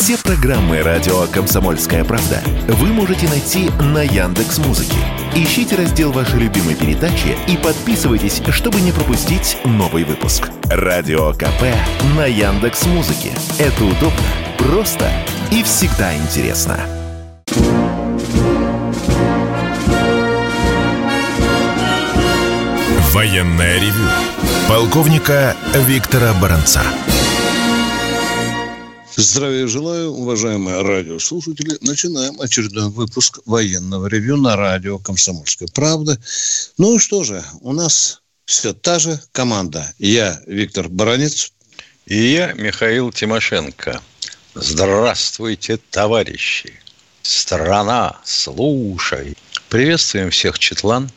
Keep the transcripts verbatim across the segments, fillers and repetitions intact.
Все программы радио «Комсомольская правда» вы можете найти на Яндекс.Музыке. Ищите раздел вашей любимой передачи и подписывайтесь, чтобы не пропустить новый выпуск. Радио КП на Яндекс.Музыке. Это удобно, просто и всегда интересно. Военное ревю полковника Виктора Баранца. Здравия желаю, уважаемые радиослушатели. Начинаем очередной выпуск военного ревью на радио «Комсомольская правда». Ну и что же, у нас все та же команда. Я Виктор Баранец. И я Михаил Тимошенко. Здравствуйте, товарищи. Страна, слушай. Приветствуем всех читлан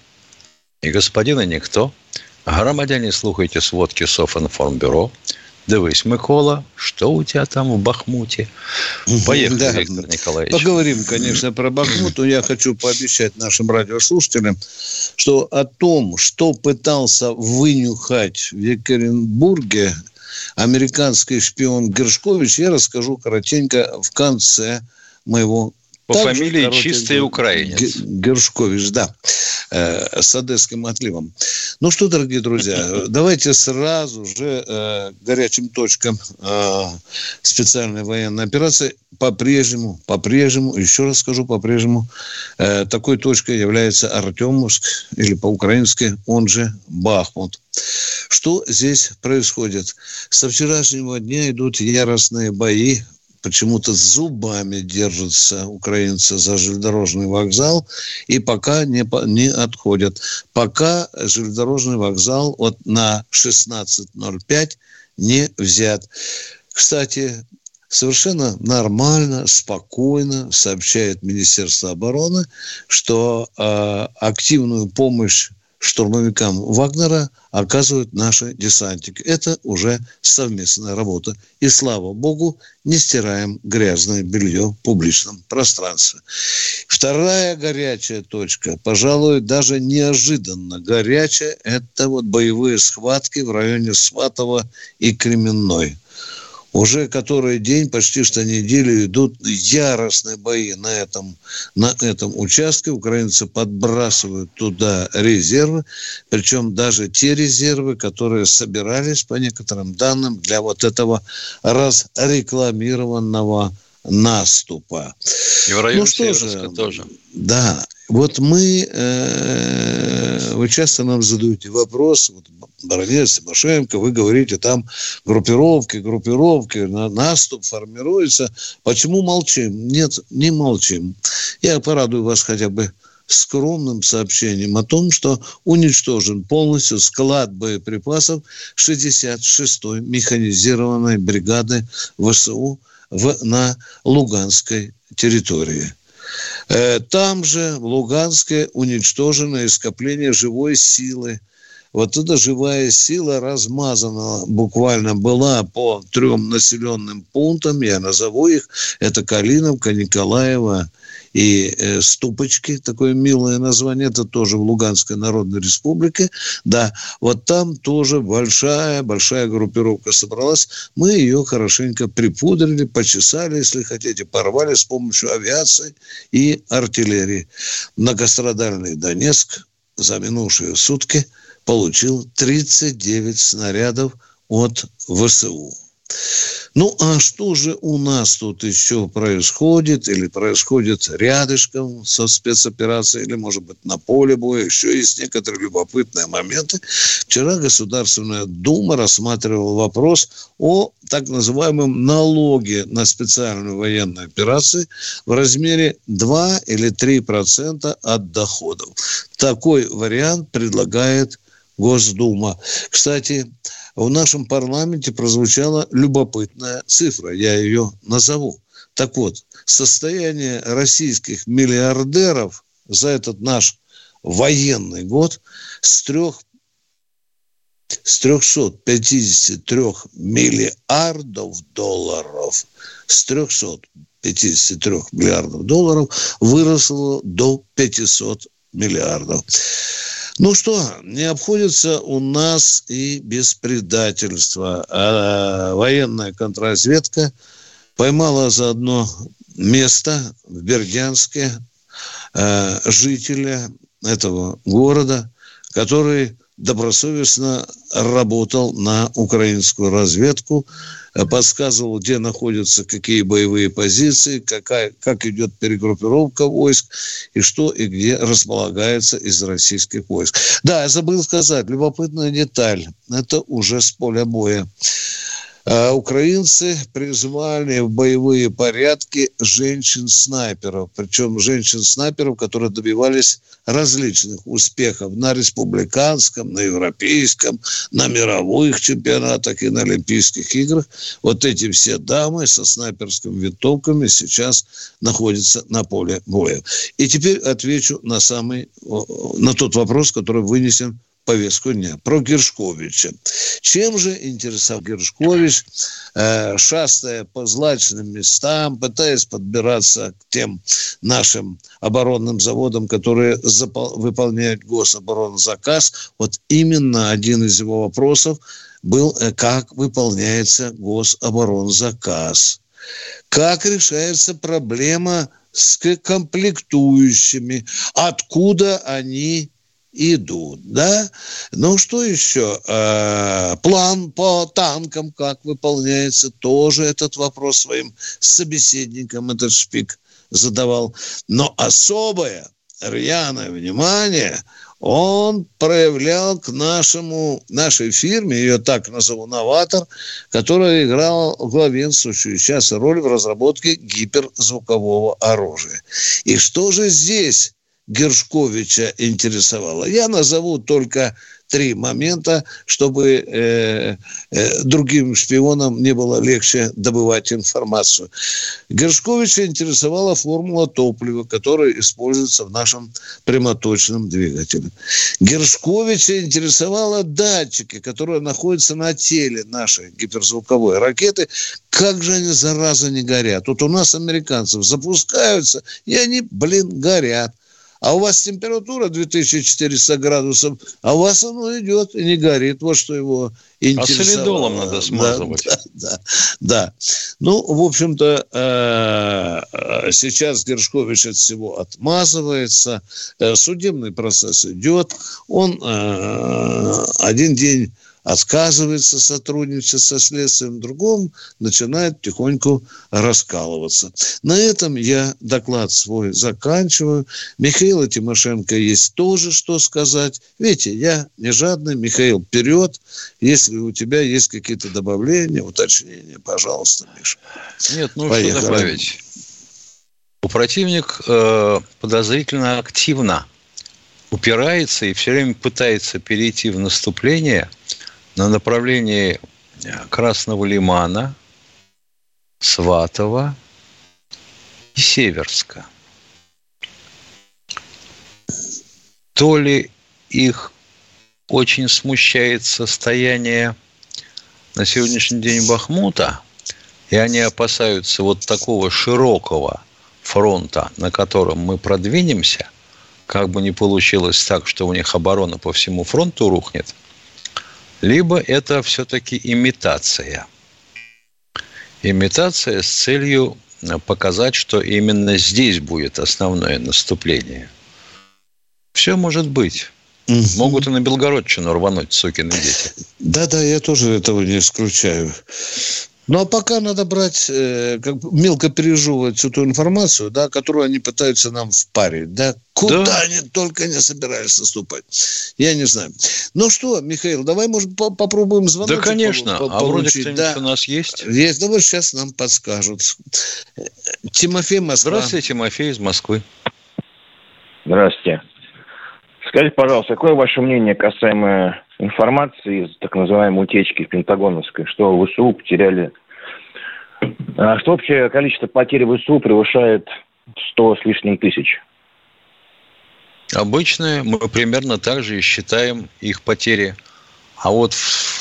и господина Никто. Громадяне, слухайте сводки Софинформбюро. Дивись, Микола, что у тебя там в Бахмуте? Поехали, да, Виктор Николаевич. Поговорим, конечно, про Бахмут, но я хочу пообещать нашим радиослушателям, что о том, что пытался вынюхать в Екатеринбурге американский шпион Гершкович, я расскажу коротенько в конце моего. По так фамилии же, чистый украинец. Гершкович, да, э, с одесским отливом. Ну что, дорогие друзья, давайте сразу же э, горячим точкам э, специальной военной операции. По-прежнему, по-прежнему, еще раз скажу, по-прежнему, э, такой точкой является Артемовск, или по-украински, он же Бахмут. Что здесь происходит? Со вчерашнего дня идут яростные бои. Почему-то зубами держатся украинцы за железнодорожный вокзал и пока не, не отходят. Пока железнодорожный вокзал вот на шестнадцать ноль пять не взят. Кстати, совершенно нормально, спокойно сообщает Министерство обороны, что э, активную помощь штурмовикам Вагнера оказывают наши десантники. Это уже совместная работа. И, слава богу, не стираем грязное белье в публичном пространстве. Вторая горячая точка, пожалуй, даже неожиданно горячая, это вот боевые схватки в районе Сватова и Кременной. Уже который день, почти что неделю идут яростные бои на этом, на этом участке. Украинцы подбрасывают туда резервы, причем даже те резервы, которые собирались, по некоторым данным, для вот этого разрекламированного наступа. И в районе ну, Северска тоже. Да. Вот мы, э, вы часто нам задаете вопрос, вот, Баранец, Тимошенко, вы говорите, там группировки, группировки, на, наступ формируется. Почему молчим? Нет, не молчим. Я порадую вас хотя бы скромным сообщением о том, что уничтожен полностью склад боеприпасов шестьдесят шестой механизированной бригады ВСУ в, на Луганской территории. Там же, в Луганске, уничтожено скопление живой силы. Вот эта живая сила размазана буквально была по трем населенным пунктам, я назову их. Это Калиновка, Николаево и э, Ступочки, такое милое название, это тоже в Луганской Народной Республике. Да, вот там тоже большая-большая группировка собралась. Мы ее хорошенько припудрили, почесали, если хотите, порвали с помощью авиации и артиллерии. Многострадальный Донецк за минувшие сутки получил тридцать девять снарядов от ВСУ. Ну, а что же у нас тут еще происходит? Или происходит рядышком со спецоперацией, или, может быть, на поле боя? Еще есть некоторые любопытные моменты. Вчера Государственная Дума рассматривала вопрос о так называемом налоге на специальную военную операцию в размере два или три процента от доходов. Такой вариант предлагает Госдума. Кстати, в нашем парламенте прозвучала любопытная цифра, я ее назову. Так вот, состояние российских миллиардеров за этот наш военный год с трех с трехсот пятидесяти трёх миллиардов долларов, с трехсот пятидесяти трёх миллиардов долларов выросло до пятисот миллиардов. Ну что, не обходится у нас и без предательства. А военная контрразведка поймала за одно место в Бердянске э, жителя этого города, который добросовестно работал на украинскую разведку, подсказывал, где находятся какие боевые позиции, какая, как идет перегруппировка войск и что и где располагается из российских войск. Да, я забыл сказать, любопытная деталь. Это уже с поля боя. Украинцы призвали в боевые порядки женщин-снайперов. Причем женщин-снайперов, которые добивались различных успехов на республиканском, на европейском, на мировых чемпионатах и на Олимпийских играх. Вот эти все дамы со снайперскими винтовками сейчас находятся на поле боя. И теперь отвечу на, самый, на тот вопрос, который вынесен повестку дня. Про Гершковича. Чем же интересовал Гершкович, э, шастая по злачным местам, пытаясь подбираться к тем нашим оборонным заводам, которые запол- выполняют гособоронзаказ? Вот именно один из его вопросов был, э, как выполняется гособоронзаказ. Как решается проблема с комплектующими? Откуда они идут, да? Ну, что еще? Э, план по танкам как выполняется? Тоже этот вопрос своим собеседникам этот Шпик задавал. Но особое, рьяное внимание он проявлял к нашему, нашей фирме, ее так назову, «Новатор», которая играла главенствующую сейчас роль в разработке гиперзвукового оружия. И что же здесь Гершковича интересовало? Я назову только три момента, чтобы э, э, другим шпионам не было легче добывать информацию. Гершковича интересовала формула топлива, которая используется в нашем прямоточном двигателе. Гершковича интересовала датчики, которые находятся на теле нашей гиперзвуковой ракеты. Как же они, зараза, не горят? Вот у нас американцев запускаются, и они, блин, горят. А у вас температура две тысячи четыреста градусов, а у вас оно идет и не горит. Вот что его интересовало. А солидолом надо смазывать. Да, да, да. Ну, в общем-то, сейчас Гершкович от всего отмазывается. Судебный процесс идет. Он один день отказывается сотрудничать со следствием, в другом начинает тихоньку раскалываться. На этом я доклад свой заканчиваю. Михаила Тимошенко есть тоже что сказать. Видите, я не жадный. Михаил, вперед. Если у тебя есть какие-то добавления, уточнения, пожалуйста, Миша. Нет, ну Поехали. Что добавить? У противник э, подозрительно активно упирается и все время пытается перейти в наступление на направлении Красного Лимана, Сватова и Северска. То ли их очень смущает состояние на сегодняшний день Бахмута, и они опасаются вот такого широкого фронта, на котором мы продвинемся, как бы ни получилось так, что у них оборона по всему фронту рухнет, либо это все-таки имитация. Имитация с целью показать, что именно здесь будет основное наступление. Все может быть. Угу. Могут и на Белгородчину рвануть, сукины дети. Да-да, я тоже этого не исключаю. Ну, а пока надо брать, э, как бы мелко пережевывать всю ту информацию, да, которую они пытаются нам впарить, да, куда да. они только не собирались наступать. Я не знаю. Ну что, Михаил, давай, может, по- попробуем звонок. Да, конечно. По- а вроде кто-нибудь да. у нас есть? Есть. Да вот сейчас нам подскажут. Тимофей, Москва. Здравствуйте, Тимофей из Москвы. Здравствуйте. Скажите, пожалуйста, какое ваше мнение касаемо информации из так называемой утечки пентагоновской, что ВСУ потеряли, что общее количество потерь ВСУ превышает сто с лишним тысяч? Обычно мы примерно так же и считаем их потери. А вот,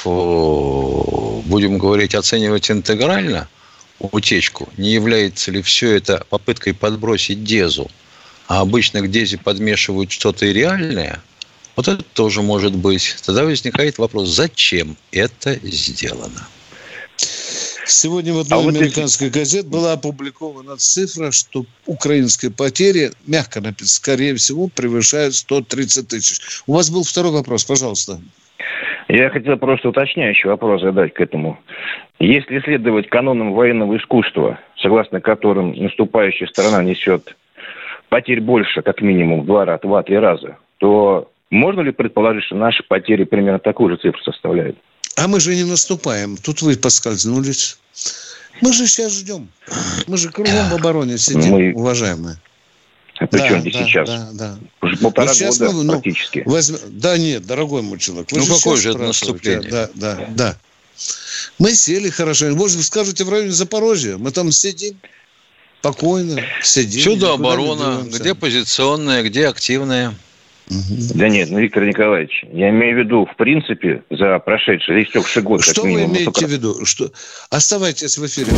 будем говорить, оценивать интегрально утечку, не является ли все это попыткой подбросить Дезу, а обычно к Дезе подмешивают что-то и реальное, вот это тоже может быть. Тогда возникает вопрос, зачем это сделано? Сегодня в одной а американской вот газете была опубликована цифра, что украинские потери, мягко написано, скорее всего, превышают сто тридцать тысяч. У вас был второй вопрос, пожалуйста. Я хотел просто уточняющий вопрос задать к этому. Если следовать канонам военного искусства, согласно которым наступающая сторона несет потерь больше, как минимум, в два-три раза, то можно ли предположить, что наши потери примерно такую же цифру составляют? А мы же не наступаем. Тут вы поскользнулись. Мы же сейчас ждем. Мы же кругом в обороне сидим, мы... уважаемые. А при да, чем здесь да, сейчас? Да, да. Уже полтора ну, года мы, ну, практически. Возьм... Да нет, дорогой мой человек. Вы ну же какое же это наступление? Да, да, да. Мы сели хорошо. Может, вы скажете в районе Запорожья? Мы там сидим спокойно, сидим. Всюду оборона. Где позиционная, где активная. Угу. Да нет, ну, Виктор Николаевич, я имею в виду, в принципе, за прошедший, истекший год... Что как вы минимум, имеете только... в виду? Что... Оставайтесь в эфире.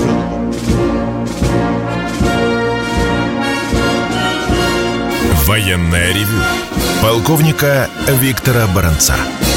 Военное ревю полковника Виктора Баранца.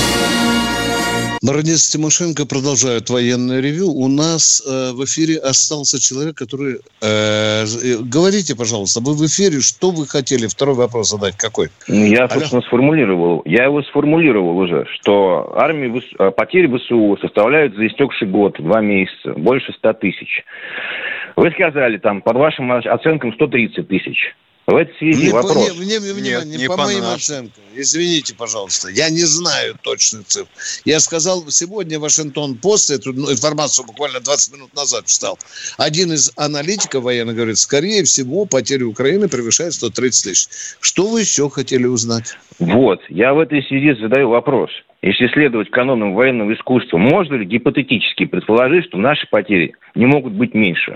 Баранец, Тимошенко продолжают военное ревю. У нас э, в эфире остался человек, который... Э, говорите, пожалуйста, вы в эфире, что вы хотели? Второй вопрос задать. Какой? Я, собственно, Алло. сформулировал. Я его сформулировал уже, что армии, потери ВСУ составляют за истекший год, два месяца, больше ста тысяч. Вы сказали, там, под вашим оценкам, сто тридцать тысяч. В этой связи не вопрос. По, не, не, Нет, не, не по, по моим наш. оценкам. Извините, пожалуйста. Я не знаю точных цифр. Я сказал, сегодня Вашингтон-Пост, эту информацию буквально двадцать минут назад читал. Один из аналитиков военных говорит, скорее всего, потери Украины превышают сто тридцать тысяч. Что вы еще хотели узнать? Вот. Я в этой связи задаю вопрос. Если следовать канонам военного искусства, можно ли гипотетически предположить, что наши потери не могут быть меньше?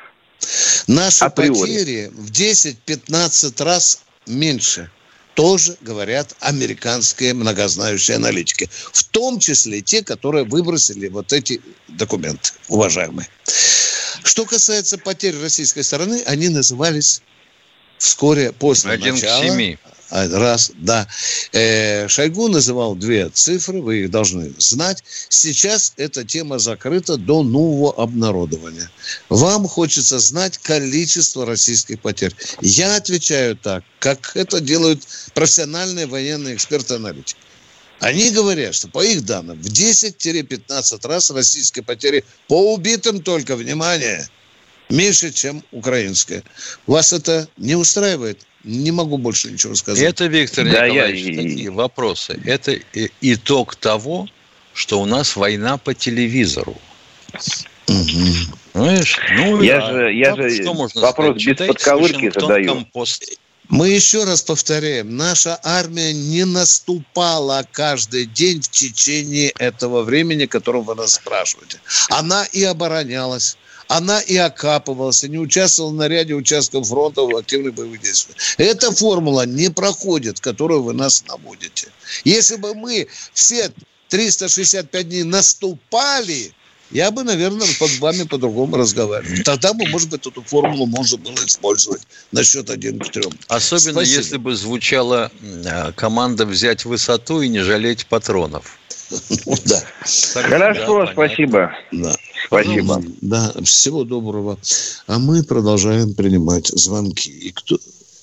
Наши потери в десять-пятнадцать раз меньше. Тоже говорят американские многознающие аналитики. В том числе те, которые выбросили вот эти документы, уважаемые. Что касается потерь российской стороны, они назывались вскоре после Один начала... к семи. Раз, да. Э, Шойгу называл две цифры, вы их должны знать. Сейчас эта тема закрыта до нового обнародования. Вам хочется знать количество российских потерь. Я отвечаю так, как это делают профессиональные военные эксперты-аналитики. Они говорят, что по их данным в десять-пятнадцать раз российские потери по убитым только, внимание, меньше, чем украинская. Вас это не устраивает? Не могу больше ничего сказать. Это, Виктор да, Николаевич, я... такие вопросы. Это итог того, что у нас война по телевизору. Угу. Знаешь? Ну, я а же, я же что можно вопрос сказать? без подковырки задаю. Компост. Мы еще раз повторяем, наша армия не наступала каждый день в течение этого времени, которое вы нас спрашиваете. Она и оборонялась. Она и окапывалась, и не участвовала на ряде участков фронта в активных боевых действиях. Эта формула не проходит, которую вы нас наводите. Если бы мы все триста шестьдесят пять дней наступали, я бы, наверное, с вами по-другому разговаривал. Тогда бы, может быть, эту формулу можно было использовать на счет один к трем. Особенно, Спасибо. Если бы звучала команда взять высоту и не жалеть патронов. Да. Хорошо, спасибо. Да. Спасибо. Да, всего доброго. А мы продолжаем принимать звонки. И кто...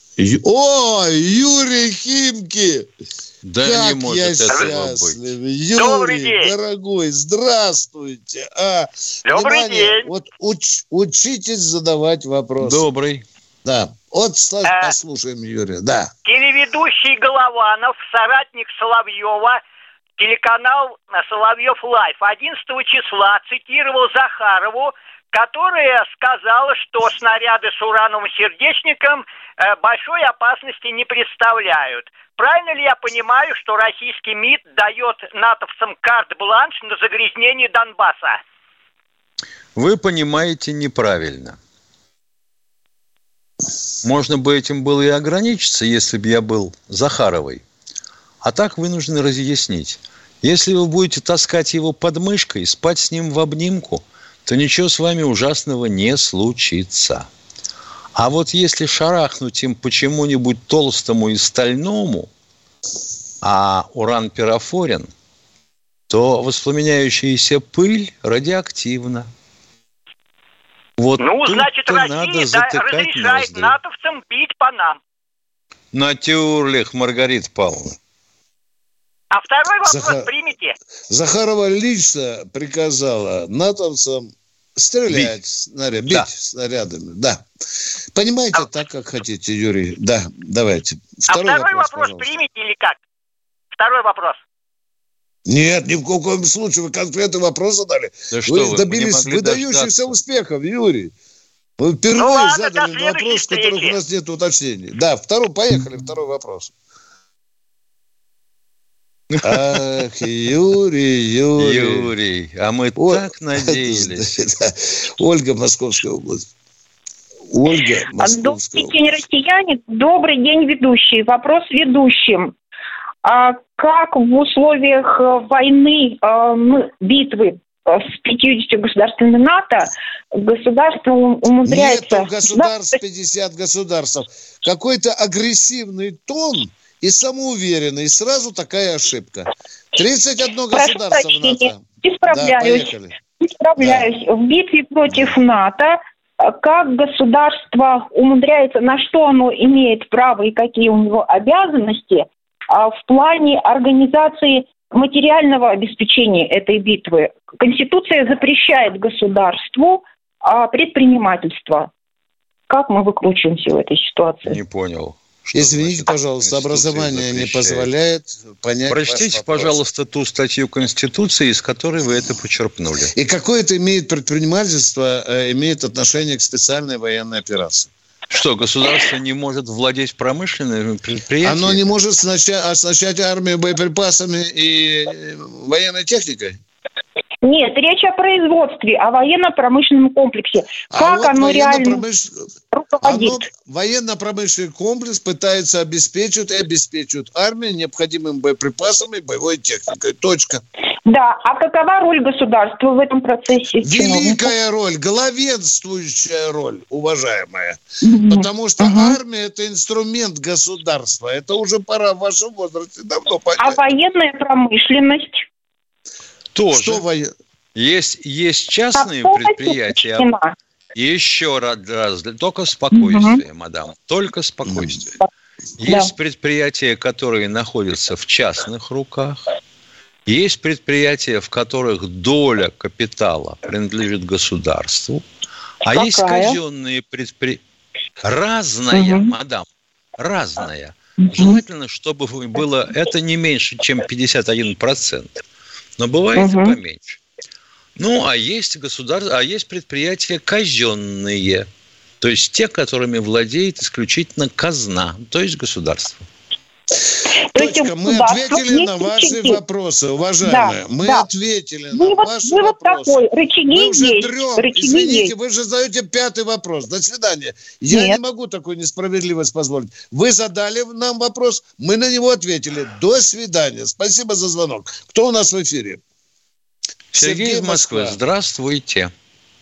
О, Юрий Химки! Да как не может я этого счастлив. быть. Юрий, добрый день. Дорогой, здравствуйте. А, добрый внимание, день. Вот уч, учитесь задавать вопросы. Добрый. Да. Вот а, послушаем Юрия. Да. Телеведущий Голованов, соратник Соловьева, телеканал Соловьев Лайф, одиннадцатого числа цитировал Захарову, которая сказала, что снаряды с урановым сердечником большой опасности не представляют. Правильно ли я понимаю, что российский МИД дает натовцам карт-бланш на загрязнение Донбасса? Вы понимаете неправильно. Можно бы этим было и ограничиться, если бы я был Захаровой. А так вынуждены разъяснить. Если вы будете таскать его под мышкой, спать с ним в обнимку, то ничего с вами ужасного не случится. А вот если шарахнуть им почему-нибудь толстому и стальному, а уран пирофорен, то воспламеняющаяся пыль радиоактивна. Вот ну, значит, Россия надо да, разрешает ноздри. натовцам бить по нам. Натюрлих, Маргарита Павловна. А второй вопрос Захар... примите. Захарова лично приказала натовцам стрелять, бить, снаряд, бить да. снарядами. Да. Понимаете, а... так, как хотите, Юрий. Да, давайте. Второй а второй вопрос, вопрос примите или как? Второй вопрос. Нет, ни в коем случае. Вы конкретный вопрос задали. Да вы, вы добились выдающихся дождаться. успехов, Юрий. Вы впервые ну, ладно, задали вопрос, в котором у нас нет уточнений. Да, второй, поехали, второй вопрос. Ах, Юрий, Юрий. Юрий, а мы О, так надеялись. Да, Ольга, Московская область. Ольга, Московская Добрый день, россияне. Добрый день, ведущий. Вопрос ведущим. А как в условиях войны, битвы с пятьюдесятью государствами НАТО государство умудряется... Нету государств, пятьдесят государств. Какой-то агрессивный тон и самоуверенный. И сразу такая ошибка. тридцать одно государство в НАТО. Исправляюсь. Да, Исправляюсь. Да. В битве против НАТО как государство умудряется, на что оно имеет право и какие у него обязанности в плане организации материального обеспечения этой битвы. Конституция запрещает государству предпринимательство. Как мы выкручиваемся в этой ситуации? Не понял. Извините, значит, пожалуйста, образование не позволяет понять. Прочтите, пожалуйста, ту статью Конституции, из которой вы это почерпнули. И какое это имеет предпринимательство, имеет отношение к специальной военной операции? Что, государство не может владеть промышленными предприятиями? Оно не может оснащать, оснащать армию боеприпасами и военной техникой? Нет, речь о производстве, о военно-промышленном комплексе. Как а вот оно реально руководит? Оно, военно-промышленный комплекс пытается обеспечивать и обеспечивает армию необходимыми боеприпасами и боевой техникой. Точка. Да, а какова роль государства в этом процессе? Великая роль, главенствующая роль, уважаемая. Mm-hmm. Потому что uh-huh. армия – это инструмент государства. Это уже пора в вашем возрасте давно понять. А военная промышленность? Тоже. Что во... есть, есть частные а предприятия. Еще раз, раз только спокойствие, угу. мадам, только спокойствие. Да. Есть предприятия, которые находятся в частных руках. Есть предприятия, в которых доля капитала принадлежит государству. А Какая? Есть казенные предприятия. Разная, угу. мадам, разная. Угу. Желательно, чтобы было это не меньше, чем пятьдесят один процент. Но бывает угу. и поменьше. Ну, а есть государство, а есть предприятия казенные, то есть те, которыми владеет исключительно казна, то есть государство. Точка, мы ответили на ваши рычаги. вопросы, уважаемые. Да, мы да. ответили вывод, на ваши вывод вопросы. Такой. Рычаги мы уже есть. трем. Рычаги Извините, есть. вы же задаете пятый вопрос. До свидания. Я Нет. не могу такую несправедливость позволить. Вы задали нам вопрос, мы на него ответили. До свидания. Спасибо за звонок. Кто у нас в эфире? Сергей, Сергей из Москвы. Здравствуйте.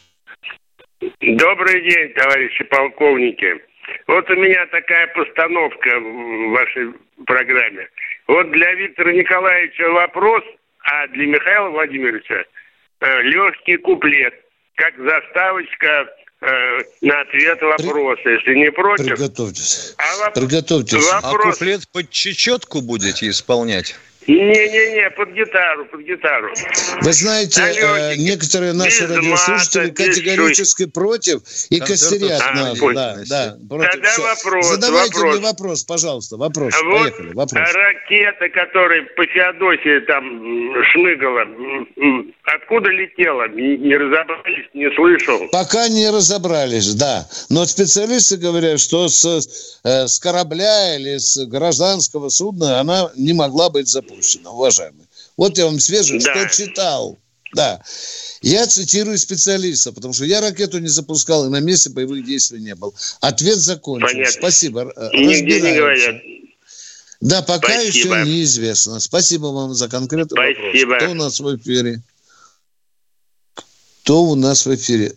Добрый день, товарищи полковники. Вот у меня такая постановка в вашей программе. Вот для Виктора Николаевича вопрос, а для Михаила Владимировича э, легкий куплет, как заставочка э, на ответ вопроса, При... если не против. Приготовьтесь. А воп... Приготовьтесь. Вопрос... А куплет под чечетку будете исполнять? Не-не-не, под гитару, под гитару. Вы знаете, э, некоторые наши радиослушатели мата, категорически шуй. против и костерят а, нас. Да, да, против. Тогда вопрос, Задавайте вопрос. мне вопрос, пожалуйста, вопрос. А вот Поехали, вопрос. Ракета, которая по Феодосии там шмыгала, откуда летела? Не разобрались, не слышал. Пока не разобрались, да. Но специалисты говорят, что с, э, с корабля или с гражданского судна она не могла быть запущена. Уважаемый. Вот я вам свежий, да. что читал. Да. Я цитирую специалиста, потому что я ракету не запускал и на месте боевых действий не был. Ответ закончен. Понятно. Спасибо. Нигде не говорят. Да, пока Спасибо. еще неизвестно. Спасибо вам за конкретный Спасибо. вопрос. Кто у нас в эфире? Кто у нас в эфире?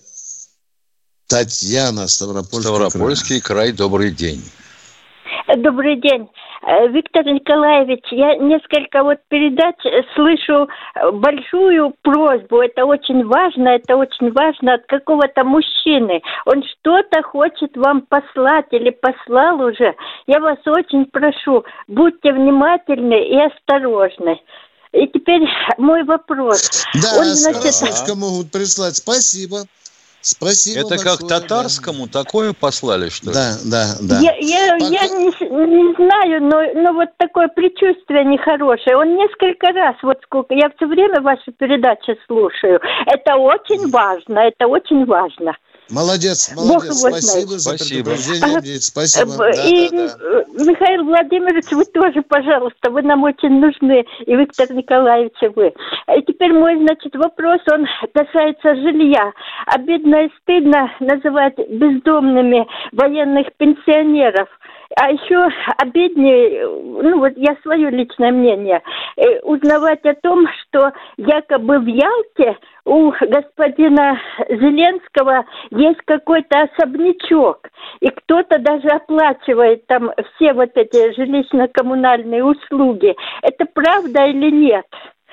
Татьяна, Ставропольский, Ставропольский край. край. Добрый день. Добрый день. Виктор Николаевич, я несколько вот передач слышу большую просьбу. Это очень важно, это очень важно от какого-то мужчины. Он что-то хочет вам послать или послал уже. Я вас очень прошу, будьте внимательны и осторожны. И теперь мой вопрос. Да, Он, значит... Сашечка могут прислать. Спасибо. Спасибо. Это большое, как татарскому да. такое послали, что ли? Да, да, да. Я, я, Пока... я не, не знаю, но, но вот такое предчувствие нехорошее. Он несколько раз, вот сколько, я все время ваши передачи слушаю. Это очень важно, это очень важно. Молодец, молодец. Спасибо за Спасибо. предупреждение. Спасибо. И, да, да, да. Михаил Владимирович, вы тоже, пожалуйста, вы нам очень нужны. И Виктор Николаевич, и вы. И теперь мой, значит, вопрос, он касается жилья. Обидно и стыдно называть бездомными военных пенсионеров. А еще обиднее, ну вот я свое личное мнение, э, узнавать о том, что якобы в Ялте у господина Зеленского есть какой-то особнячок, и кто-то даже оплачивает там все вот эти жилищно-коммунальные услуги. Это правда или нет?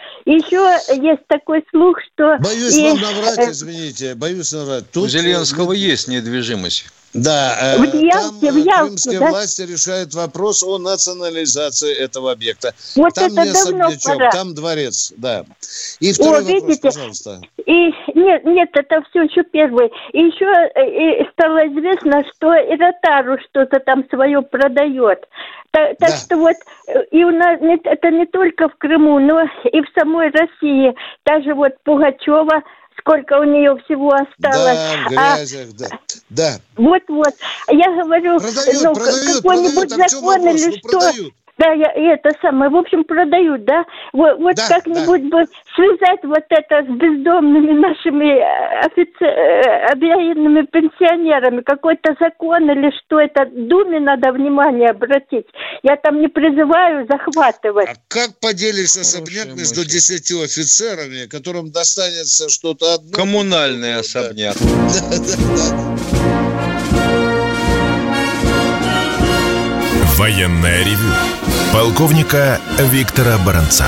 Еще есть такой слух, что... Боюсь и... вам наврать, извините, боюсь наврать. Тут... У Зеленского есть недвижимость. Да, в Ялте, там в Ялте, крымские да? власти решают вопрос о национализации этого объекта. Вот там это не давно особнячок, пора. там дворец, да. И второй О, вопрос, видите? пожалуйста. И нет, нет, это все еще первый. И еще и стало известно, что и Ротару что-то там свое продает. Так, так Да. что вот и у нас это не только в Крыму, но и в самой России. Даже вот Пугачева, сколько у нее всего осталось. Да, в грязях, а, да. да. Вот-вот. Я говорю, Продают, ну, продают, какой-нибудь продают. закон или ну, что. Продают. Да, я, и это самое, в общем, продают, да? Вот, вот Да, как-нибудь бы связать вот это с бездомными нашими офицер... военными пенсионерами, какой-то закон или что это, Думе надо внимание обратить. Я там не призываю захватывать. А как поделишься особняк Хорошая между мысль. десятью офицерами, которым достанется что-то одно? Коммунальный Да. особняк. Да, да, да. Военное ревю полковника Виктора Баранца.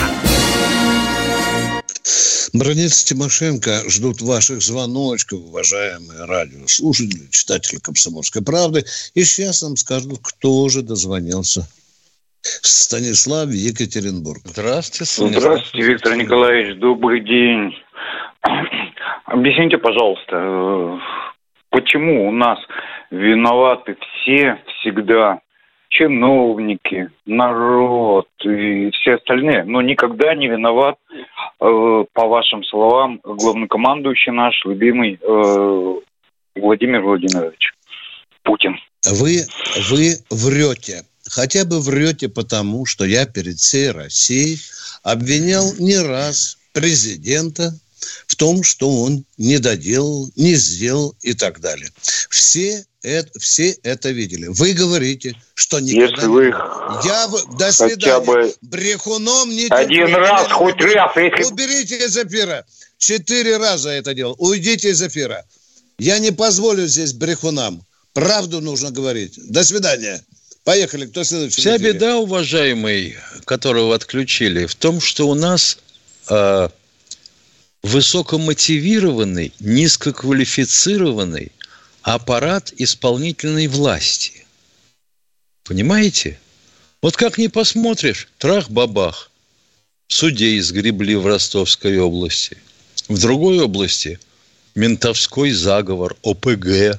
Бранец, Тимошенко ждут ваших звоночков, уважаемые радиослушатели, читатели «Комсомольской правды». И сейчас нам скажут, кто же дозвонился. Станислав, Екатеринбург. Здравствуйте, Станислав. Здравствуйте, Виктор Николаевич, добрый день. Объясните, пожалуйста, почему у нас виноваты все всегда? Чиновники, народ и все остальные, но никогда не виноват, э, по вашим словам, главнокомандующий наш любимый э, Владимир Владимирович Путин. Вы, вы врете. Хотя бы врете потому, что я перед всей Россией обвинял не раз президента в том, что он не доделал, не сделал и так далее. Все это, все это видели. Вы говорите, что никогда... Если вы Я... До свидания. бы Брехуном не... один терплю. раз, хоть раз, если... Уберите из эфира. Четыре раза это делал. Уйдите из эфира. Я не позволю здесь брехунам. Правду нужно говорить. До свидания. Поехали. Кто следующий? Вся беда, уважаемый, которого отключили, в том, что у нас... Э, высокомотивированный, низкоквалифицированный аппарат исполнительной власти. Понимаете? Вот как ни посмотришь, трах-бабах. Судей сгребли в Ростовской области. В другой области ментовской заговор, о пэ гэ.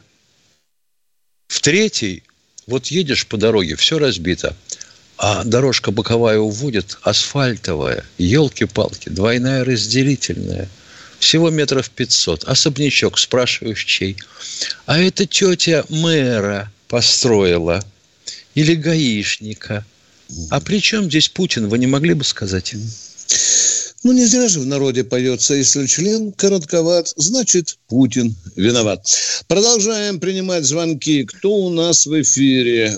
В третьей, вот едешь по дороге, все разбито. А дорожка боковая уводит, асфальтовая, елки-палки, двойная разделительная. Всего метров пятьсот. Особнячок, спрашиваешь, чей? А это тетя мэра построила. Или гаишника. А при чем здесь Путин, вы не могли бы сказать? Ну, не зря же в народе поется, если член коротковат, значит, Путин виноват. Продолжаем принимать звонки. Кто у нас в эфире?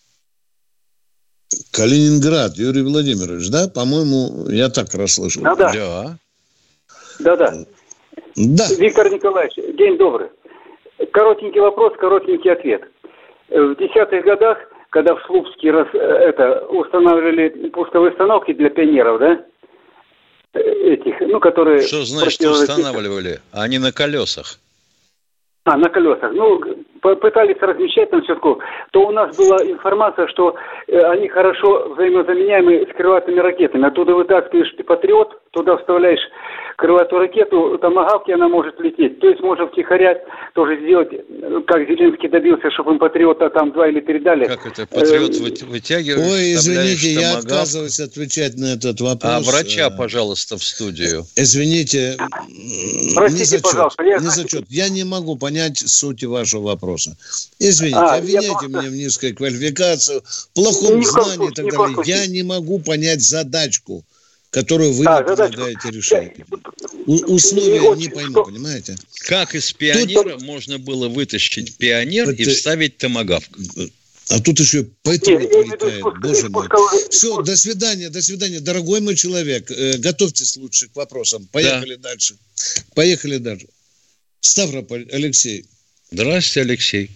Калининград, Юрий Владимирович, да? По-моему, я так расслышал. Да, да. Да. Да, да. Да. Виктор Николаевич, день добрый. Коротенький вопрос, коротенький ответ. В десятых годах, когда в Слупске раз, это, устанавливали пусковые установки для пионеров, да? Этих, ну, которые... Что значит устанавливали? Они на колесах. А, на колесах. Ну, пытались размещать там все-таки. То у нас была информация, что они хорошо взаимозаменяемы с крылатыми ракетами. Оттуда вытаскиваешь Патриот, туда вставляешь крылатую ракету, томагавки, она может лететь. То есть можно втихаря тоже сделать, как Зеленский добился, чтобы им Патриота там два или три дали. Как это? Патриот вытягиваешь? Ой, извините, я отказываюсь отвечать на этот вопрос. А врача, пожалуйста, в студию. Извините, Простите, не зачет, пожалуйста. Я... Не зачет. Я не могу понять сути вашего вопроса. Извините, а, обвиняйте просто... меня в низкой квалификации, в плохом не знании и так далее. Не я не могу понять задачку, которую вы а, предлагаете решать. У- условия не, не пойму, что... понимаете? Как из пионера Тут... можно было вытащить пионер Это... и вставить томагавку? А тут еще Патриот летает, боже мой. Все, до свидания, до свидания. Дорогой мой человек, э, готовьтесь лучше к вопросам. Поехали да. дальше. Поехали дальше. Ставрополь, Алексей. Здравствуйте, Алексей.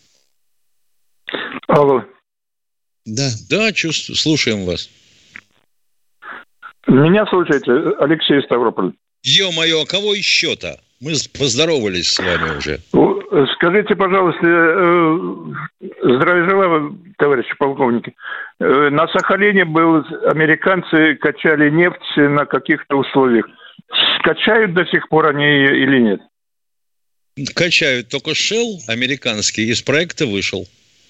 Алло. Да. Да, чувствую, слушаем вас. Меня слушаете, Алексей, Ставрополь. Ё-моё, а кого еще-то? Мы поздоровались с вами уже. Скажите, пожалуйста, здравия желаю, товарищи полковники. На Сахалине был, американцы качали нефть на каких-то условиях. Качают до сих пор они ее или нет? Качают, только Shell американский из проекта вышел.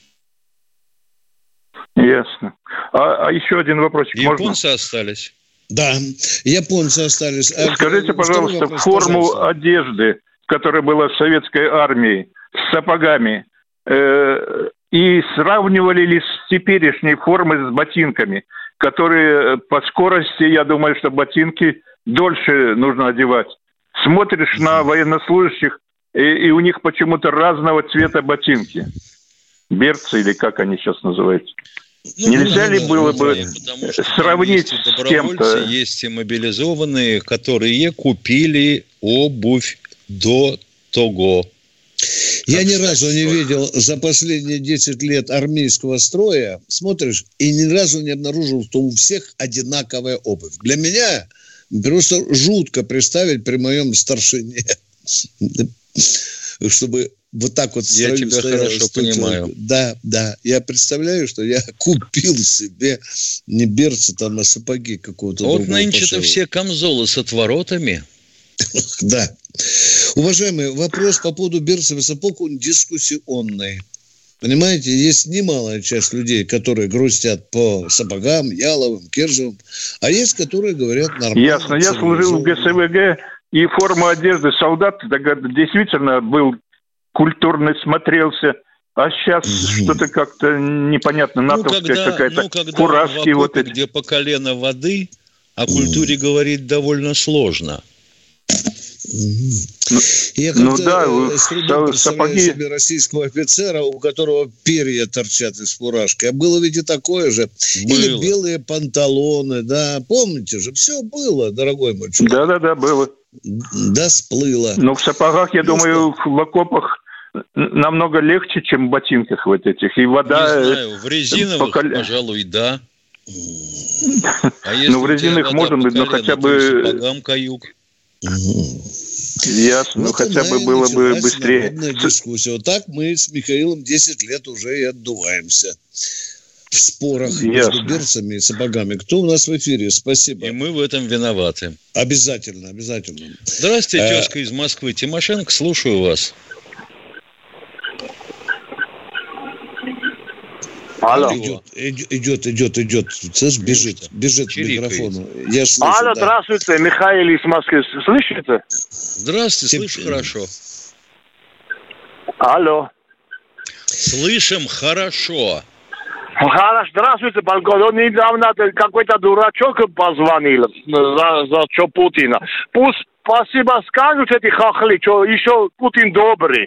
Ясно. А, а еще один вопросик. Японцы можно? остались. Да, японцы остались. А Скажите, пожалуйста, вопрос, форму пожалуйста. одежды, которая была в советской армии, с сапогами, э, и сравнивали ли с теперешней формой с ботинками, которые по скорости, я думаю, что ботинки дольше нужно одевать. Смотришь на военнослужащих, и, и у них почему-то разного цвета ботинки. Берцы или как они сейчас называются. Ну, Нельзя ну, ли было бы сравнить с кем-то? Есть и мобилизованные, которые купили обувь до того. Я как ни разу не видел за последние десять лет армейского строя, смотришь, и ни разу не обнаружил, что у всех одинаковая обувь. Для меня просто жутко представить при моем старшине, чтобы... Вот так вот я тебя стоял, хорошо понимаю. Да, да. Я представляю, что я купил себе не берцы, там, а сапоги какого-то вот другого нынче-то пошива. все камзолы с отворотами. Да. Уважаемый, вопрос по поводу берцев и сапог, он дискуссионный. Понимаете, есть немалая часть людей, которые грустят по сапогам, яловым, кирзовым, а есть, которые говорят нормально. Ясно. Я служил в ГСВГ, и форма одежды солдат действительно был культурно смотрелся, а сейчас угу. что-то как-то непонятно, натовская ну, когда, какая-то, ну, когда фуражки в окопе, вот эти. Где по колено воды, о культуре угу. говорить довольно сложно. Угу. Я ну да, с трудом представляю сапоги... себе российского офицера, у которого перья торчат из фуражки. А было ведь и такое же. Было. Или белые панталоны, да. Помните же, все было, дорогой мой человек. Да-да-да, было. Да, сплыло. Но в сапогах, я ну, думаю, что? В окопах намного легче, чем в ботинках вот этих. И вода... Не знаю, в резиновых, покол... пожалуй, да. А если ну, в резиновых может быть, но хотя бы... Сапогам каюк. Ясно, ну хотя бы было бы быстрее. Дискуссия. Вот так мы с Михаилом десять лет уже и отдуваемся. В спорах Ясно. Между берцами и сапогами. Кто у нас в эфире? Спасибо. И мы в этом виноваты. Обязательно, обязательно. Здравствуйте, а... тезка из Москвы. Тимошенко, слушаю вас. Алло. Идет, идет, идет, идет. Слышь, бежит, бежит к микрофону. Я слышу, Алло, да. Здравствуйте, Михаил из Москвы. Слышите? Здравствуйте, Тип... слышу хорошо. Алло. Слышим хорошо. Хорошо, здравствуйте, полковник. Недавно какой-то дурачок позвонил за, за что Путина. Пусть спасибо скажут эти хохли, что еще Путин добрый.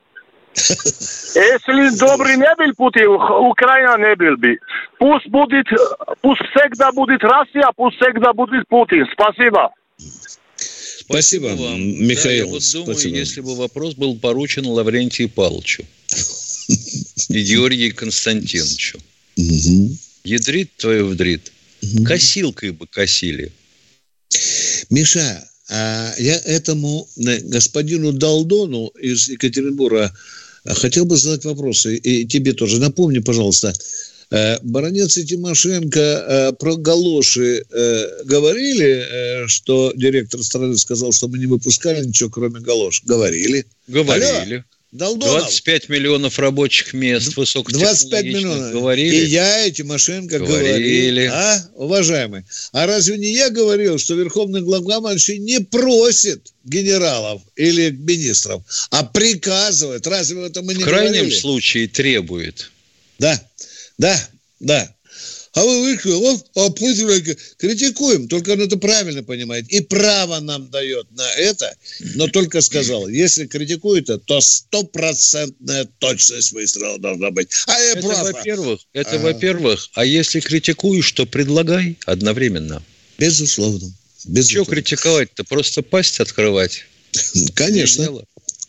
Если добрый не был Путин, Украина не был бы. Пусть будет, пусть всегда будет Россия, пусть всегда будет Путин. Спасибо. Спасибо, вам, Михаил. Да, я вот спасибо. думаю, если бы вопрос был поручен Лаврентию Павловичу и Георгию Константиновичу. Угу. Ядрит твою вдрит. Угу. Косилкой бы косили. Миша, а я этому господину Далдону из Екатеринбурга хотел бы задать вопросы. И тебе тоже. Напомни, пожалуйста, Баранец и Тимошенко про галоши говорили, что директор страны сказал, что мы не выпускали ничего, кроме галош? Говорили. Говорили. Алло. Далдонов. двадцать пять миллионов рабочих мест высокотехнологичных. двадцать пять миллионов. Говорили. И я, и Тимошенко говорили. говорили. А, уважаемый? А разве не я говорил, что Верховный главнокомандующий не просит генералов или министров, а приказывает? Разве это мы не говорили? В крайнем случае требует. Да, да, да. А вы вышли, вот, а критикуем, только он это правильно понимает. И право нам дает на это, но только сказал, если критикует, то стопроцентная точность выстрела должна быть. А я это, прав. во-первых, это, ага. во-первых, а если критикуешь, то предлагай одновременно. Безусловно. Безусловно. Чего критиковать-то? Просто пасть открывать. Конечно.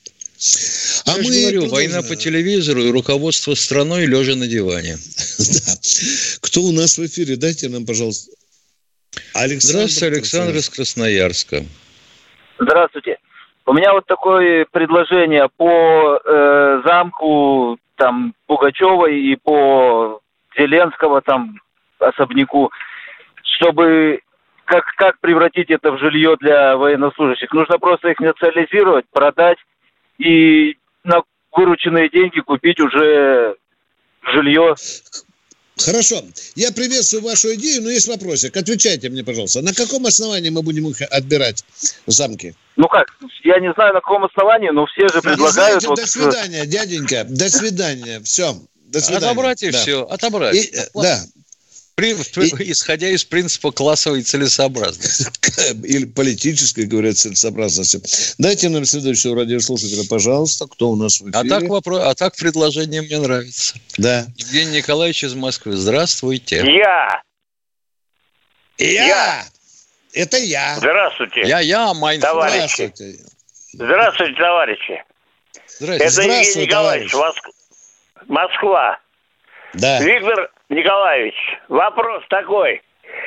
А я мы же говорю, продолжаем. Война по телевизору и руководство страной лежа на диване. Да. Кто у нас в эфире? Дайте нам, пожалуйста. Александр. Здравствуйте, Александр из Красноярска. Здравствуйте. У меня вот такое предложение по э, замку там Пугачевой и по Зеленского там особняку, чтобы как, как превратить это в жилье для военнослужащих. Нужно просто их национализировать, продать и на вырученные деньги купить уже жилье. Хорошо. Я приветствую вашу идею, но есть вопросик. Отвечайте мне, пожалуйста. На каком основании мы будем их отбирать, замки? Ну как, я не знаю, на каком основании, но все же предлагают... Знаете, вот... До свидания, дяденька. До свидания. Все. До свидания. Отобрать и да. все. Отобрать. И, да. При, и, исходя из принципа классовой целесообразности. Или политической, говорят, целесообразности. Дайте нам следующего радиослушателя, пожалуйста. Кто у нас в эфире? А так, вопрос, а так предложение мне нравится. Да. Евгений Николаевич из Москвы. Здравствуйте. Я. Я. я. Это я. Здравствуйте. Я, я, Майнф. Товарищи. Здравствуйте. Здравствуйте, товарищи. Здравствуйте. Это Евгений Николаевич, Моск... Москва. Да. Виктор Николаевич, вопрос такой.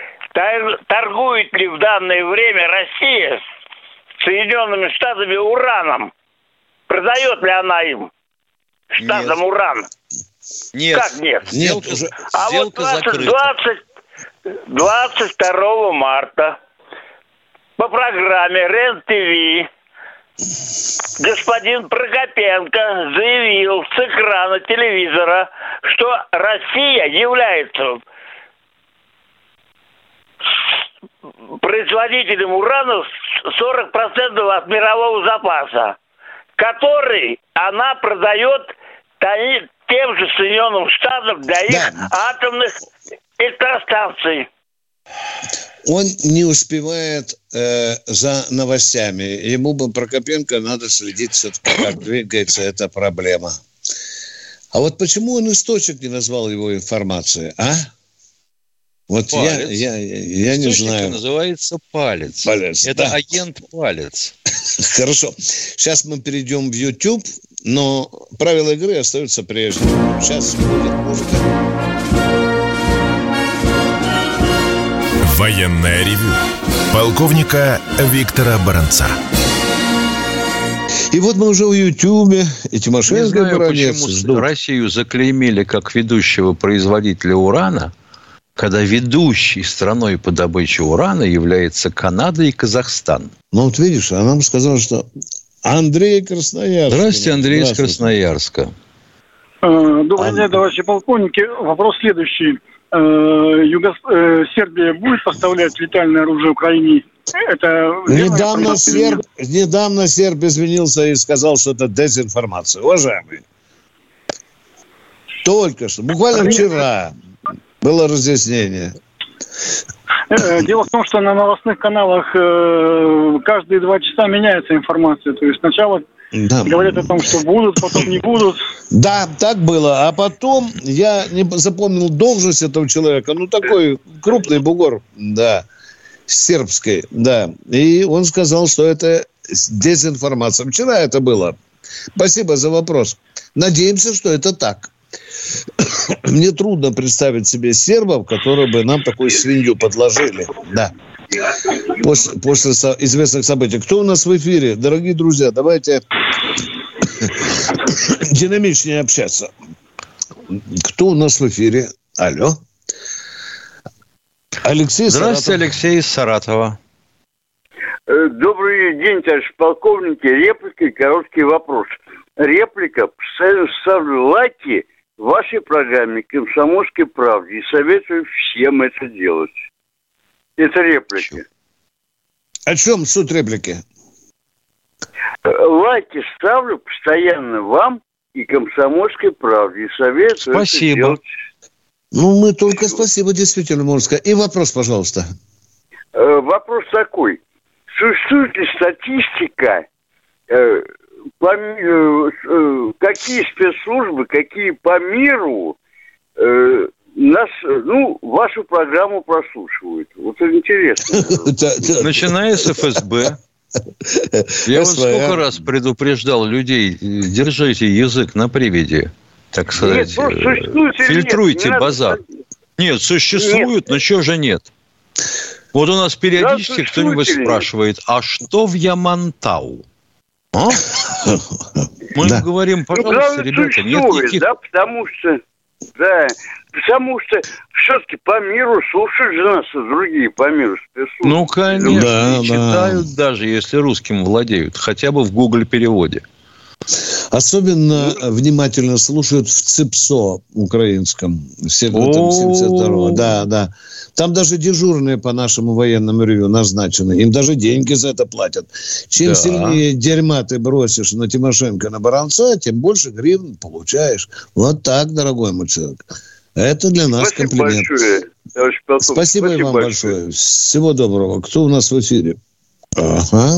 Торгует ли в данное время Россия с Соединенными Штатами ураном? Продает ли она им штатам нет. уран? Нет. Как нет? Сделка, нет. А сделка вот закрыта. двадцать второго марта по программе РЕН-ТВ господин Прокопенко заявил с экрана телевизора, что Россия является производителем урана сорок процентов от мирового запаса, который она продает тем же Соединенным Штатам для их да. атомных электростанций. Он не успевает э, за новостями. Ему бы, Прокопенко, надо следить все-таки, как двигается эта проблема. А вот почему он источник не назвал его информации, а? Вот палец. я, я, я не знаю. Называется палец. Палец. Это да. агент палец. Хорошо. Сейчас мы перейдем в YouTube, но правила игры остаются прежними. Сейчас будет музыка. Военное ревю полковника Виктора Баранца. И вот мы уже в Ютьюбе, и Тимошенко. Не знаю, почему ждут. Россию заклеймили как ведущего производителя урана, когда ведущей страной по добыче урана является Канада и Казахстан. Ну вот видишь, а нам сказал, что Андрей Красноярск. Здравствуйте, Андрей из Красноярска. Добрый день, товарищи полковники. Вопрос следующий. Юго... Сербия будет поставлять летальное оружие Украине? Это недавно Серб... недавно Серб извинился и сказал, что это дезинформация. Уважаемые, только что, буквально вчера было разъяснение. Дело в том, что на новостных каналах каждые два часа меняется информация. То есть сначала да. говорят о том, что будут, потом не будут. Да, так было. А потом я не запомнил должность этого человека. Ну, такой крупный бугор, да, сербской, да. И он сказал, что это дезинформация. Вчера это было. Спасибо за вопрос. Надеемся, что это так. Мне трудно представить себе сербов, которые бы нам такую свинью подложили. Да. После, после известных событий. Кто у нас в эфире? Дорогие друзья, давайте динамичнее общаться. Кто у нас в эфире? Алло. Алексей. Здравствуйте, Саратов. Алексей из Саратова. Добрый день, товарищ полковники. Реплика и короткий вопрос. Реплика. Постоянно ставлю лайки в вашей программе «Комсомольской правде» и советую всем это делать. Это реплика. О чем суть реплики? Лайки ставлю постоянно вам и «Комсомольской правде» и советую Спасибо. это делать. Ну, мы только спасибо, действительно, можно сказать. И вопрос, пожалуйста. Э, вопрос такой. Существует ли статистика, э, по, э, э, какие спецслужбы, какие по миру э, нас, ну, вашу программу прослушивают? Вот это интересно. Начиная с эф эс бэ. Я вот сколько раз предупреждал людей, держите язык на привязи. Так сказать, нет, фильтруйте нет, базар. Надо... Нет, существует, нет. Но чего же нет? Вот у нас периодически да, кто-нибудь спрашивает, а что в Ямантау? А? Мы да. говорим, пожалуйста, ну, ребята, нет никаких... Да, потому что, да, потому что все-таки по миру слушают же нас другие по миру спецслужбы. Ну, конечно, да, и читают да. даже, если русским владеют, хотя бы в Google-переводе. Особенно внимательно слушают в ЦИПСО украинском, в семьдесят втором. Да, да. Там даже дежурные по нашему военному ревью назначены. Им даже деньги за это платят. Чем да. сильнее дерьма ты бросишь на Тимошенко, на Баранца, тем больше гривен получаешь. Вот так, дорогой мой человек. Это для нас Спасибо комплимент. Большое, Спасибо, Спасибо и вам большое. большое. Всего доброго. Кто у нас в эфире? Ага.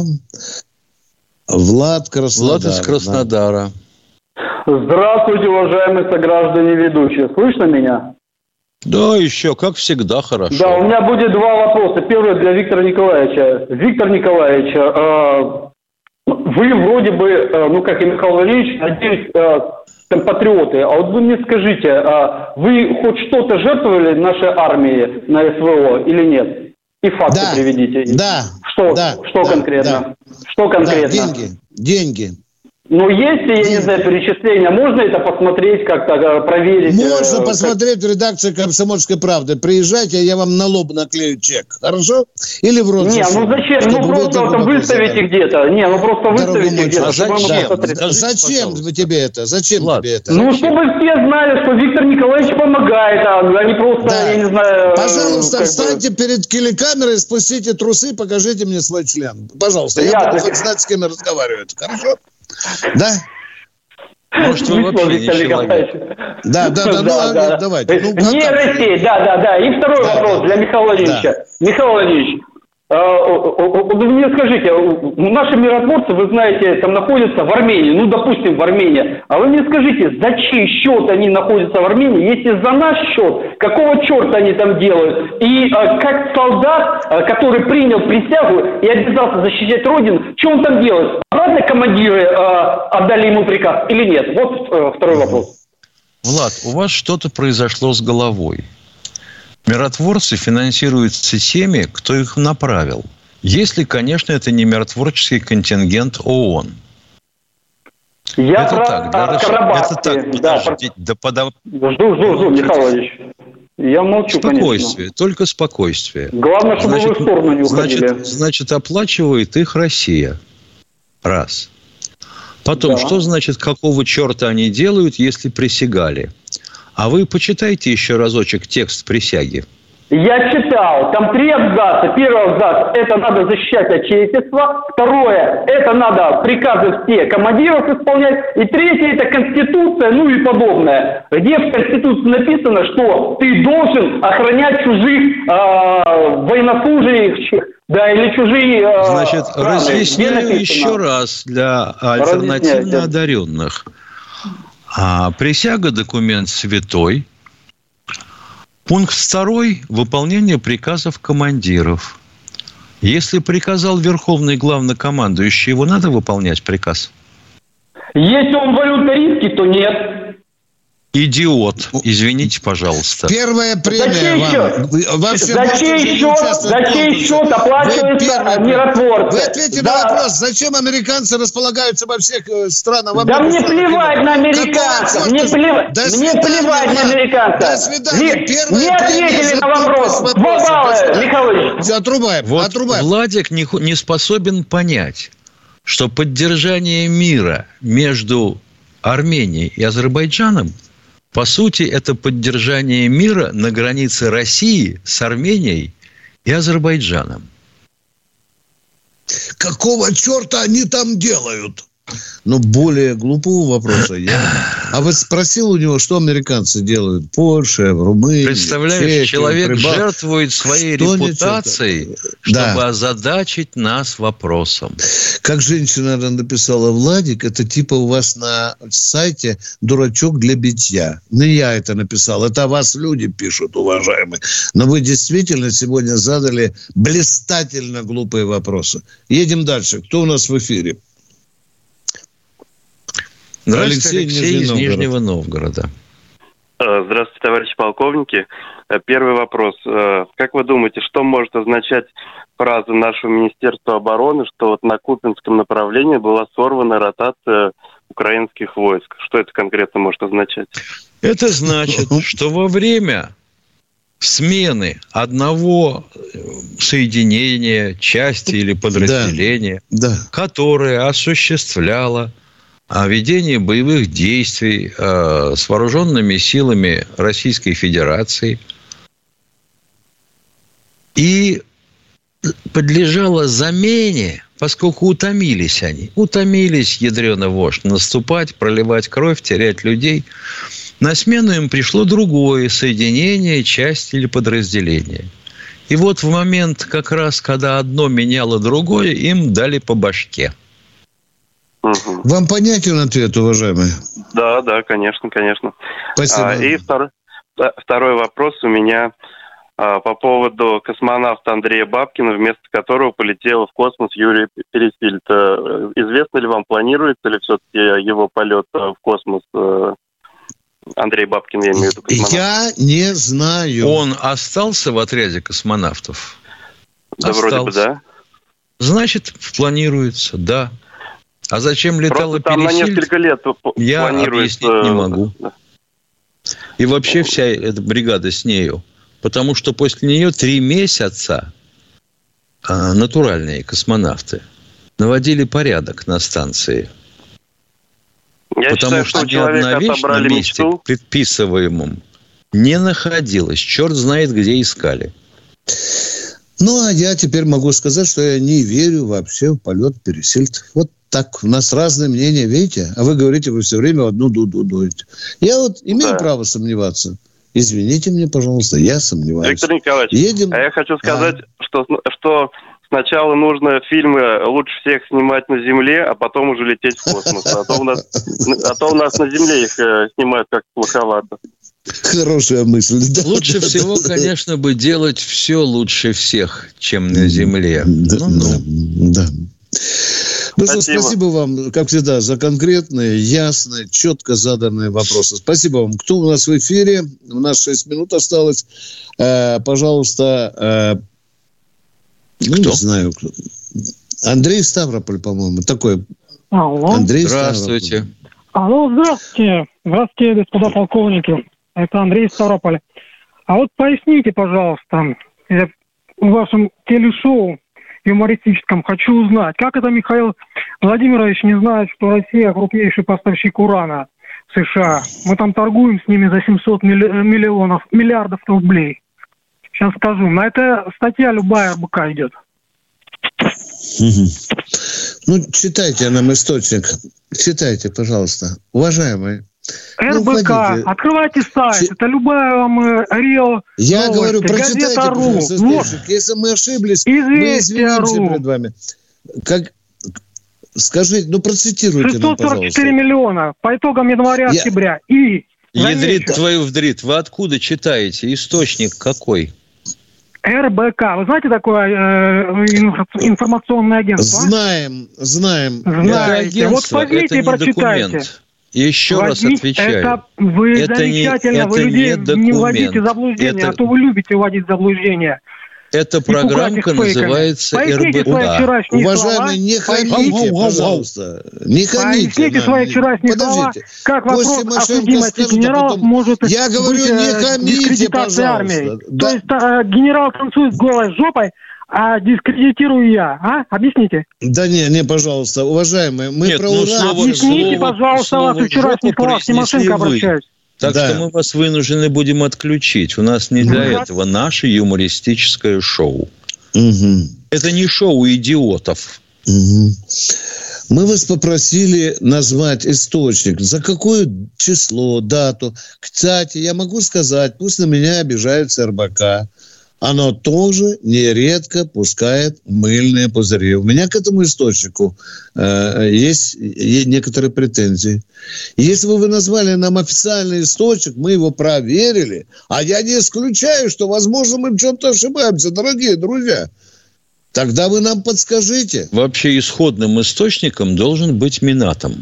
Влад Краснодар. Влад из Краснодара. Здравствуйте, уважаемые сограждане ведущие. Слышно меня? Да, еще, как всегда, хорошо. Да, у меня будет два вопроса. Первый для Виктора Николаевича. Виктор Николаевич, э, вы вроде бы, э, ну, как и Михаил Валерьевич, надеюсь, э, там, патриоты. А вот вы мне скажите, э, вы хоть что-то жертвовали нашей армии на эс вэ о или нет? И факты да, приведите. Да. Что, да, что да, конкретно? Да. Что конкретно? Да, деньги. Деньги. Ну, есть, я не знаю, перечисления. Можно это посмотреть, как-то проверить? Можно э, посмотреть как... в редакции «Комсомольской правды». Приезжайте, я вам на лоб наклею чек. Хорошо? Или в рот. Не, ну зачем? Ну, просто вот выставите где-то. Не, ну, просто выставите где-то. А зачем? Да. Зачем вы тебе это? Зачем Ладно. тебе это? Ну, зачем? Чтобы все знали, что Виктор Николаевич помогает, а не просто, да. я не знаю... Пожалуйста, встаньте бы... перед телекамерой, спустите трусы, покажите мне свой член. Пожалуйста, я, я буду хоть знать, с кем я разговариваю. Хорошо? Да? Может, вы вообще не человек. Да, да, да, ну, да. давайте. Ну, нейросеть, да, да, да. И второй да, вопрос да. для Михаила Владимировича. Да. Михаил Владимирович, вы мне скажите, наши миротворцы, вы знаете, там находятся в Армении, ну, допустим, в Армении. А вы мне скажите, за чей счет они находятся в Армении? Если за наш счет, какого черта они там делают? И как солдат, который принял присягу и обязался защищать Родину, что он там делает? Обратно командиры отдали ему приказ или нет? Вот второй вопрос. Влад, у вас что-то произошло с головой. Миротворцы финансируются теми, кто их направил. Если, конечно, это не миротворческий контингент ООН. Я это про так, для расш... Это так, да, подождите. про... Да, подав... Жду, жду, жду, Михаил Владимирович. Я молчу, спокойствие, конечно. Только спокойствие. Главное, чтобы значит, вы в сторону не уходили. Значит, значит, оплачивает их Россия. Раз. Потом, да. Что значит, какого черта они делают, если присягали? А вы почитайте еще разочек текст присяги. Я читал. Там три абзаца. Первый абзац – это надо защищать отечество. Второе – это надо приказы все командиров исполнять. И третье – это Конституция, ну и подобное. Где в Конституции написано, что ты должен охранять чужих э, военнослужащих, да, или чужие... Э, Значит, страны. Разъясняю еще раз для альтернативно одаренных. А присяга – документ святой. Пункт второй – выполнение приказов командиров. Если приказал верховный главнокомандующий, его надо выполнять приказ? Если он валютно риски, то нет. Идиот. Извините, пожалуйста. Первая премия вам. За чей счет, за чей счет оплачивается миротворцы? Вы ответьте да. на вопрос, зачем американцы располагаются во всех странах? Да мне плевать на американцев, мне плевать, мне плевать на американцев. До свидания. Не, не ответили на вопрос. Два балла, Михайлович. Отрубаем, вот отрубаем. Владик не, не способен понять, что поддержание мира между Арменией и Азербайджаном, по сути, это поддержание мира на границе России с Арменией и Азербайджаном. Какого черта они там делают? Но более глупого вопроса я. А вот спросил у него, что американцы делают в Польше, в Румынии. Представляешь, Чехии, человек Прибал... жертвует своей что репутацией, чтобы да. озадачить нас вопросом. Как женщина написала, Владик, это типа у вас на сайте дурачок для битья. Не я это написал, это о вас люди пишут, уважаемые. Но вы действительно сегодня задали блистательно глупые вопросы. Едем дальше. Кто у нас в эфире? Здравствуйте, Алексей, Алексей из Нижнего Новгорода. Здравствуйте, товарищи полковники. Первый вопрос. Как вы думаете, что может означать фраза нашего Министерства обороны, что вот на Купинском направлении была сорвана ротация украинских войск? Что это конкретно может означать? Это значит, что во время смены одного соединения, части или подразделения, да, да. которое осуществляло о ведении боевых действий э, с вооруженными силами Российской Федерации и подлежало замене, поскольку утомились они. Утомились, ядрёный вождь, наступать, проливать кровь, терять людей. На смену им пришло другое соединение, часть или подразделение. И вот в момент, как раз, когда одно меняло другое, им дали по башке. Вам понятен ответ, уважаемый? Да, да, конечно, конечно. Спасибо. А, и второй, второй вопрос у меня а, по поводу космонавта Андрея Бабкина, вместо которого полетел в космос Юрий Пересильд. Известно ли вам, планируется ли все-таки его полет в космос? Андрей Бабкин, я имею в виду космонавт. Я не знаю. Он остался в отряде космонавтов? Да, остался. Вроде бы, да. Значит, планируется, да. А зачем летала Пересильд? Там на несколько лет я объяснить не могу. Да. И вообще вся эта бригада с нею. Потому что после нее три месяца а, натуральные космонавты наводили порядок на станции. Я потому считаю, что, что ни одна вещь на месте мечту. предписываемом не находилась. Черт знает, где искали. Ну, а я теперь могу сказать, что я не верю вообще в полет Пересильд. Вот так, у нас разные мнения, видите? А вы говорите, вы все время в одну дуду дуете. Я вот имею да. право сомневаться. Извините меня, пожалуйста, я сомневаюсь. Виктор Николаевич, Едем... а я хочу сказать, а. что, что сначала нужно фильмы лучше всех снимать на Земле, а потом уже лететь в космос. А то у нас, а то у нас на Земле их снимают как-то плоховато. Хорошая мысль. Да, лучше да, всего, да, конечно, да. бы делать все лучше всех, чем на Земле. Да, ну, да, ну. да. Ну спасибо. что, спасибо вам, как всегда, за конкретные, ясные, четко заданные вопросы. Спасибо вам. Кто у нас в эфире? У нас шесть минут осталось. Э, пожалуйста, э, ну, не знаю, кто. Андрей Ставрополь, по-моему, такой. Алло. Андрей Здравствуйте. Ставрополь. Алло, здравствуйте. Здравствуйте, господа полковники. Это Андрей Ставрополь. А вот поясните, пожалуйста, я в вашем телешоу юмористическом хочу узнать, как это Михаил Владимирович не знает, что Россия крупнейший поставщик урана в США. Мы там торгуем с ними за семьсот миллионов, миллиардов рублей. Сейчас скажу. На это статья любая РБК идет. Угу. Ну, читайте нам источник. Читайте, пожалуйста. Уважаемые. РБК. Ну, открывайте сайт. Ч... Это любая вам РИО. Я новости. говорю, прочитайте, пожалуйста, источник. Вот. Если мы ошиблись, мы извинимся перед вами. Как... Скажите, ну процитируйте нам, пожалуйста. шестьсот сорок четыре миллиона по итогам января-октября. Я... И... Ядрит твою вдрит. Вы откуда читаете? Источник какой? РБК. Вы знаете такое э, информационное агентство? Знаем, знаем. Знаете. Вот возьмите и прочитайте. Документ. еще раз отвечаю. Это вы это замечательно, не, вы это людей не документ. не вводите в заблуждение, это... а то вы любите вводить в заблуждение. Эта программка называется эр бэ ка. Уважаемые, не хамите, пожалуйста. Не хамите. Поясните свои вчерашние слова, как вопрос о судимости генералов потом... может Я говорю, быть не хамите, пожалуйста. Да. То есть э, генерал танцует голой жопой, а дискредитирую я, а? Объясните. Да не, не, пожалуйста, уважаемые, мы Нет, про ну, уран... слово, Объясните, слово, пожалуйста, слово ваши вчерашние слова, к Тимошенко обращаюсь. Так да. что мы вас вынуждены будем отключить. У нас не для ну, этого наше юмористическое шоу. Угу. Это не шоу идиотов. Угу. Мы вас попросили назвать источник. За какое число, дату. Кстати, я могу сказать, пусть на меня обижается эр бэ ка. Оно тоже нередко пускает мыльные пузыри. У меня к этому источнику э, есть, есть некоторые претензии. Если бы вы назвали нам официальный источник, мы его проверили, а я не исключаю, что, возможно, мы в чем-то ошибаемся, дорогие друзья. Тогда вы нам подскажите. Вообще исходным источником должен быть Минатом.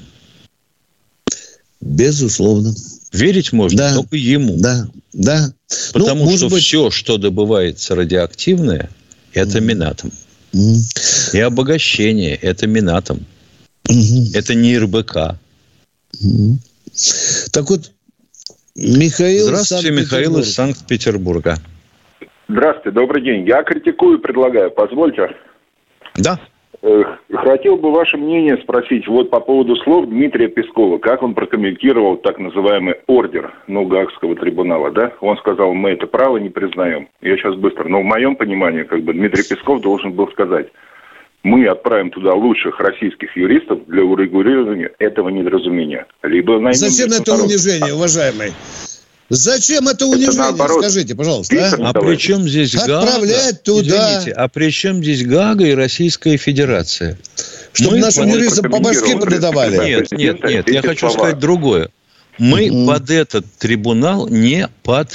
Безусловно. Верить можно да. только ему. Да, да. Потому ну, что быть... все, что добывается радиоактивное, это mm. Минатом. Mm. И обогащение – это Минатом. Mm-hmm. Это не эр бэ ка. Mm-hmm. Так вот, Михаил... Здравствуйте, Михаил из Санкт-Петербурга. Здравствуйте, добрый день. Я критикую, предлагаю. Позвольте? Да. Хотел бы ваше мнение спросить вот по поводу слов Дмитрия Пескова. Как он прокомментировал так называемый ордер, ну, Гаагского трибунала, да? Он сказал, мы это право не признаем. Я сейчас быстро. Но в моем понимании, как бы, Дмитрий Песков должен был сказать, мы отправим туда лучших российских юристов для урегулирования этого недоразумения. Либо найдем... Зачем это унижение, уважаемый? Зачем это унижение? Это скажите, пожалуйста. А, а при чем здесь Гаага? Отправлять туда. Извините, а при чем здесь Гаага и Российская Федерация? Чтобы нашим юристам по башке продавали. Нет, нет, нет. Я хочу сказать другое. Мы mm-hmm. под этот трибунал не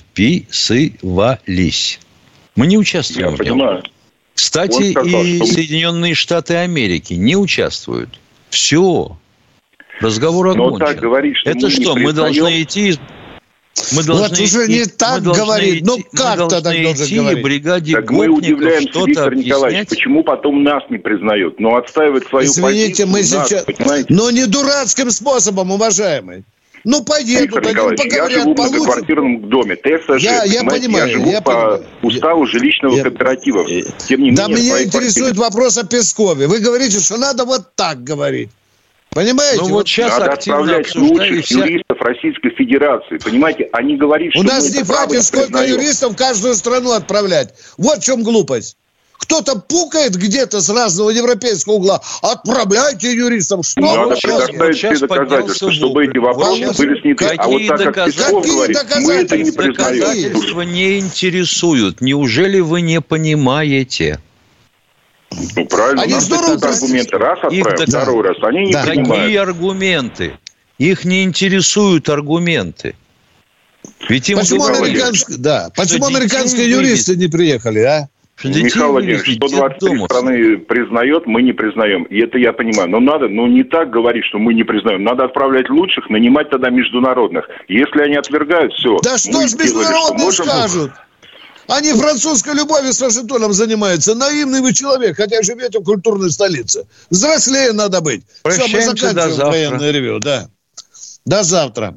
подписывались. Мы не участвуем в нем. Кстати, сказал, и что... Соединенные Штаты Америки не участвуют. Все. Разговор окончен. Так говорит, что это мы что, мы должны идти... Мы вот уже идти, не так говорит. Ну, как-то так должен говорить. Бригаде так мы удивляемся, Виктор Николаевич, почему потом нас не признают, но отстаивает свою Извините, позицию. мы нас, сейчас... Понимаете? Но не дурацким способом, уважаемый. Ну, поедут, они поговорят, я живу получат. в многоквартирном доме, ТСЖ. Я, я понимаю, я живу я по понимаю. уставу жилищного я... кооператива. Тем не да менее, меня интересует квартиры... вопрос о Пескове. Вы говорите, что надо вот так говорить. Понимаете? Ну, вот сейчас надо отправлять лучших вся... юристов Российской Федерации. Понимаете, они говорят, что... У нас не хватит сколько юристов в каждую страну отправлять. Вот в чем глупость. Кто-то пукает где-то с разного европейского угла. Отправляйте юристов. Что надо предоставить все доказательства, чтобы эти вопросы Вам... были сняты. Какие а вот так, как Песков говорит, мы это не признаем. Доказательства не интересуют. Неужели вы не понимаете? Ну, правильно, они здорово аргументы раз отправим, второй раз, они не да. понимают. Какие аргументы? Их не интересуют аргументы. Ведь им почему говорят, американские, да. Почему американские юристы не приехали, а? Михаил Владимирович, сто двадцать три страны признает, мы не признаем. И это я понимаю. Но надо, ну не так говорить, что мы не признаем. Надо отправлять лучших, нанимать тогда международных. Если они отвергают, все. Да что ж международные скажут? Они французской любовью с Вашингтоном занимаются. Наивный вы человек, хотя живете в культурной столице. Взрослее надо быть. Прощаемся, все, мы заканчиваем военное ревью. Да. До завтра.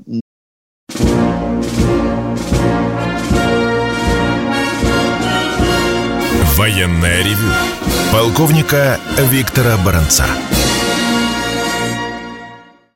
Военное ревю полковника Виктора Баранца.